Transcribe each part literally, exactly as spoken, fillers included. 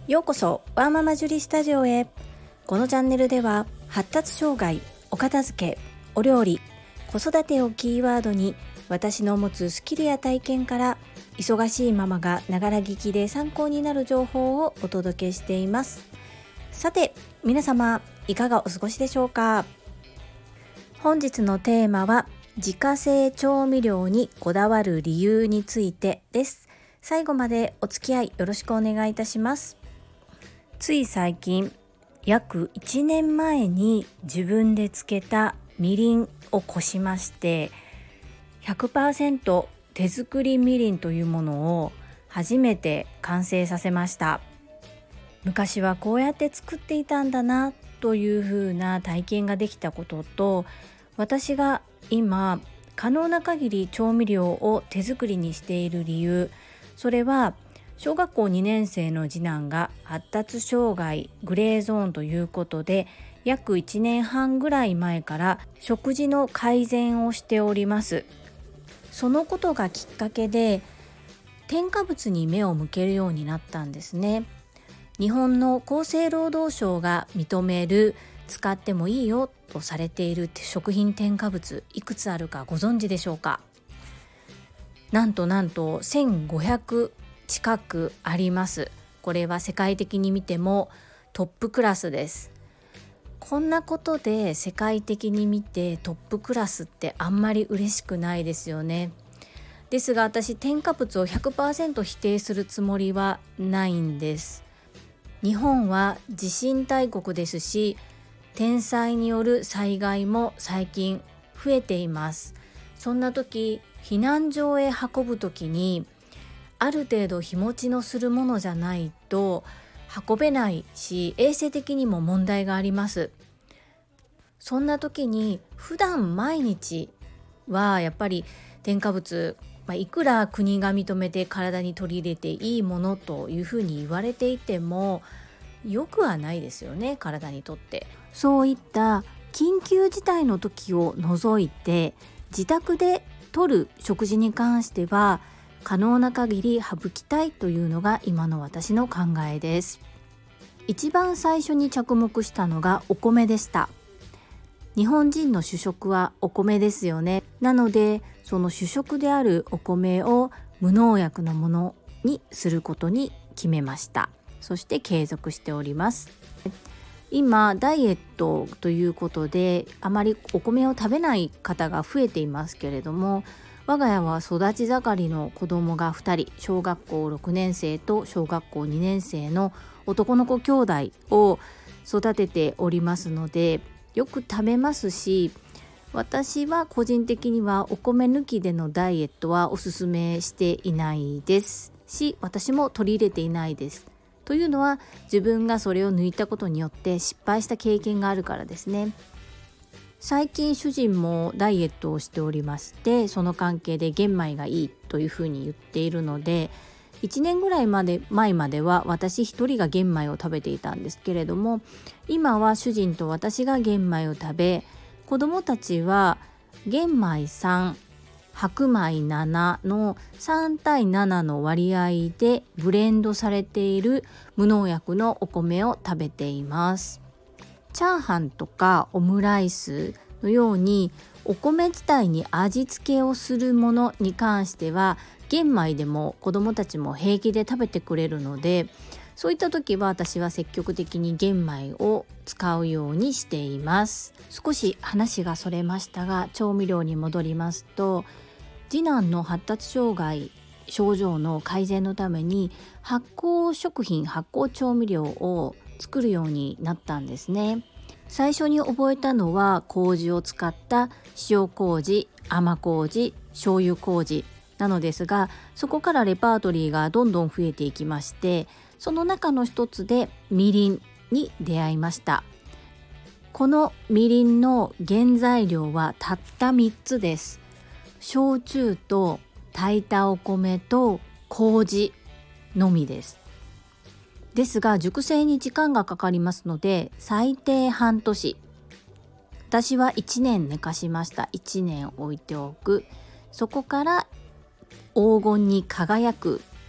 ようこそワーママジュリスタジオへ。このチャンネルでは発達障害、お片付け、お料理、子育てをキーワードに私の持つスキルや体験から忙しいママがながら聞きで参考になる情報をお届けしています。さて皆様いかがお過ごしでしょうか。本日のテーマは自家製調味料にこだわる理由についてです。最後までお付き合いよろしくお願いいたします。つい最近約いちねんまえに自分で漬けたみりんをこしまして ひゃくパーセント 手作りみりんというものを初めて完成させました。昔はこうやって作っていたんだなというふうな体験ができたことと、私が今可能な限り調味料を手作りにしている理由、それは小学校にねん生の次男が発達障害グレーゾーンということで約いちねんはんぐらい前から食事の改善をしております。そのことがきっかけで添加物に目を向けるようになったんですね。日本の厚生労働省が認める使ってもいいよとされている食品添加物いくつあるかご存知でしょうか。なんとなんとせんごひゃく近くあります。これは世界的に見てもトップクラスです。こんなことで世界的に見てトップクラスってあんまり嬉しくないですよね。ですが私添加物を ひゃくパーセント 否定するつもりはないんです。日本は地震大国ですし、天災による災害も最近増えています。そんな時避難所へ運ぶ時にある程度日持ちのするものじゃないと運べないし、衛生的にも問題があります。そんな時に普段毎日はやっぱり添加物、まあ、いくら国が認めて体に取り入れていいものというふうに言われていても良くはないですよね、体にとって。そういった緊急事態の時を除いて自宅で摂る食事に関しては可能な限り省きたいというのが今の私の考えです。一番最初に着目したのがお米でした。日本人の主食はお米ですよね。なのでその主食であるお米を無農薬のものにすることに決めました。そして継続しております。今ダイエットということであまりお米を食べない方が増えていますけれども、我が家は育ち盛りの子供がふたり、小学校ろくねん生と小学校にねん生の男の子兄弟を育てておりますので、よく食べますし、私は個人的にはお米抜きでのダイエットはおすすめしていないですし、私も取り入れていないです。というのは自分がそれを抜いたことによって失敗した経験があるからですね。最近主人もダイエットをしておりまして、その関係で玄米がいいというふうに言っているので、いちねんぐらいまで前までは私一人が玄米を食べていたんですけれども、今は主人と私が玄米を食べ、子どもたちは玄米さん、白米ななのさん対ななの割合でブレンドされている無農薬のお米を食べています。チャーハンとかオムライスのようにお米自体に味付けをするものに関しては玄米でも子どもたちも平気で食べてくれるので、そういった時は私は積極的に玄米を使うようにしています。少し話がそれましたが、調味料に戻りますと、次男の発達障害症状の改善のために発酵食品、発酵調味料を作るようになったんですね。最初に覚えたのは麹を使った塩麹、甘麹、醤油麹なのですが、そこからレパートリーがどんどん増えていきまして、その中の一つでみりんに出会いました。このみりんの原材料はたったみっつです。焼酎と炊いたお米と麹のみです。ですが熟成に時間がかかりますので最低半年、私はいちねん寝かしました。いちねん置いておく。そこから黄金に輝く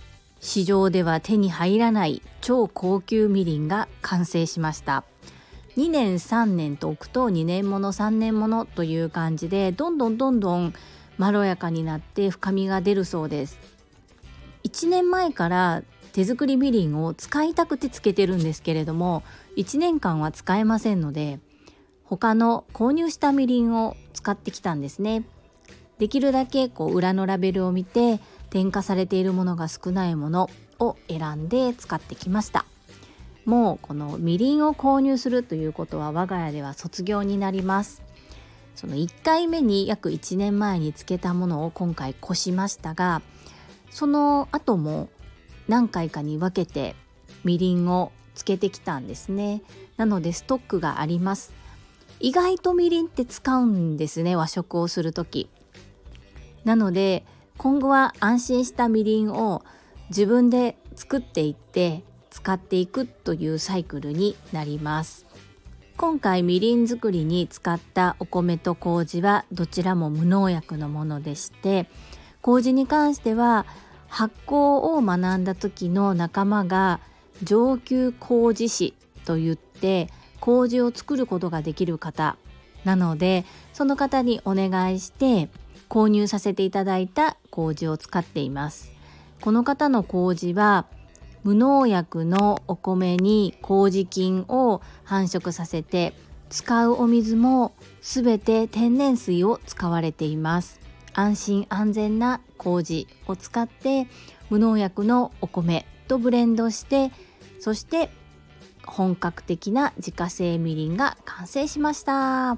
市場では手に入らない超高級みりんが完成しました。にねんさんねんと置くとにねんものさんねんものという感じで、どんどんどんどんまろやかになって深みが出るそうです。いちねんまえから手作りみりんを使いたくてつけてるんですけれども、いちねんかんは使えませんので、他の購入したみりんを使ってきたんですね。できるだけこう裏のラベルを見て、添加されているものが少ないものを選んで使ってきました。もうこのみりんを購入するということは我が家では卒業になります。そのいっかいめに約いちねんまえにつけたものを今回こしましたが、その後も何回かに分けてみりんをつけてきたんですね。なのでストックがあります。意外とみりんって使うんですね、和食をするとき。なので今後は安心したみりんを自分で作っていって使っていくというサイクルになります。今回みりん作りに使ったお米と麹はどちらも無農薬のものでして、麹に関しては発酵を学んだ時の仲間が上級麹師といって麹を作ることができる方なので、その方にお願いして購入させていただいた麹を使っています。この方の麹は無農薬のお米に麹菌を繁殖させて、使うお水もすべて天然水を使われています。安心安全な麹を使って無農薬のお米とブレンドして、そして本格的な自家製みりんが完成しました。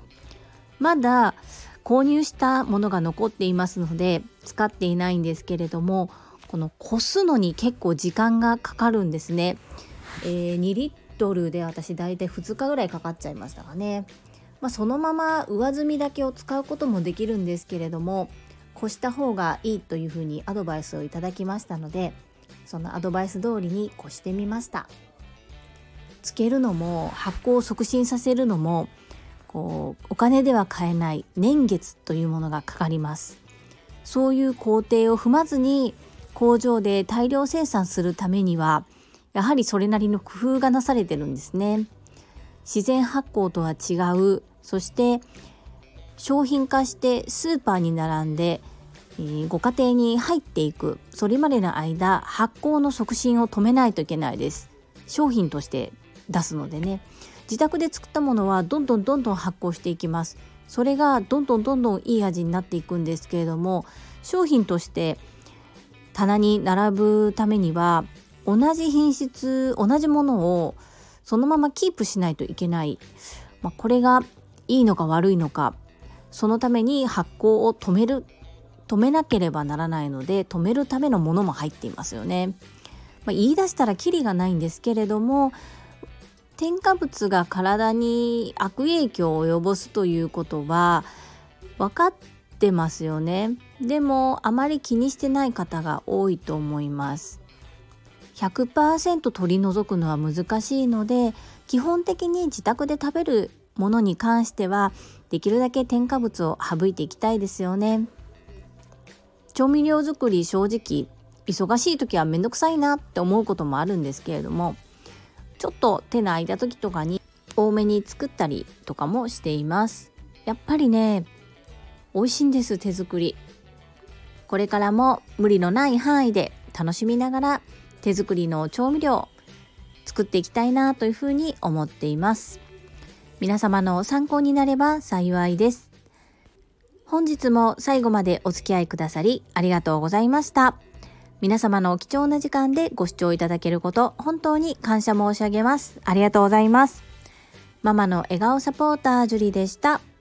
まだ購入したものが残っていますので使っていないんですけれども、このこすのに結構時間がかかるんですね。えー、にリットルで私だいたいふつかぐらいかかっちゃいましたかね。まあ、そのまま上澄みだけを使うこともできるんですけれども、こした方がいいというふうにアドバイスをいただきましたので、そのアドバイス通りにこしてみました。つけるのも発酵を促進させるのもこうお金では買えない年月というものがかかります。そういう工程を踏まずに工場で大量生産するためには、やはりそれなりの工夫がなされてるんですね。自然発酵とは違う、そして商品化してスーパーに並んで、えー、ご家庭に入っていく、それまでの間発酵の促進を止めないといけないです。商品として出すのでね。自宅で作ったものはどんどんどんどん発酵していきます。それがどんどんどんどんいい味になっていくんですけれども、商品として棚に並ぶためには同じ品質同じものをそのままキープしないといけない、まあ、これがいいのか悪いのか、そのために発酵を止める止めなければならないので、止めるためのものも入っていますよね。まあ、言い出したらキリがないんですけれども、添加物が体に悪影響を及ぼすということは分かってますよね。でもあまり気にしてない方が多いと思います。ひゃくパーセント 取り除くのは難しいので、基本的に自宅で食べるものに関してはできるだけ添加物を省いていきたいですよね。調味料作り、正直忙しい時はめんどくさいなって思うこともあるんですけれども、ちょっと手の空いた時とかに多めに作ったりとかもしています。やっぱりね、美味しいんです、手作り。これからも無理のない範囲で楽しみながら手作りの調味料作っていきたいなというふうに思っています。皆様の参考になれば幸いです。本日も最後までお付き合いくださりありがとうございました。皆様の貴重な時間でご視聴いただけること本当に感謝申し上げます。ありがとうございます。ママの笑顔サポータージュリでした。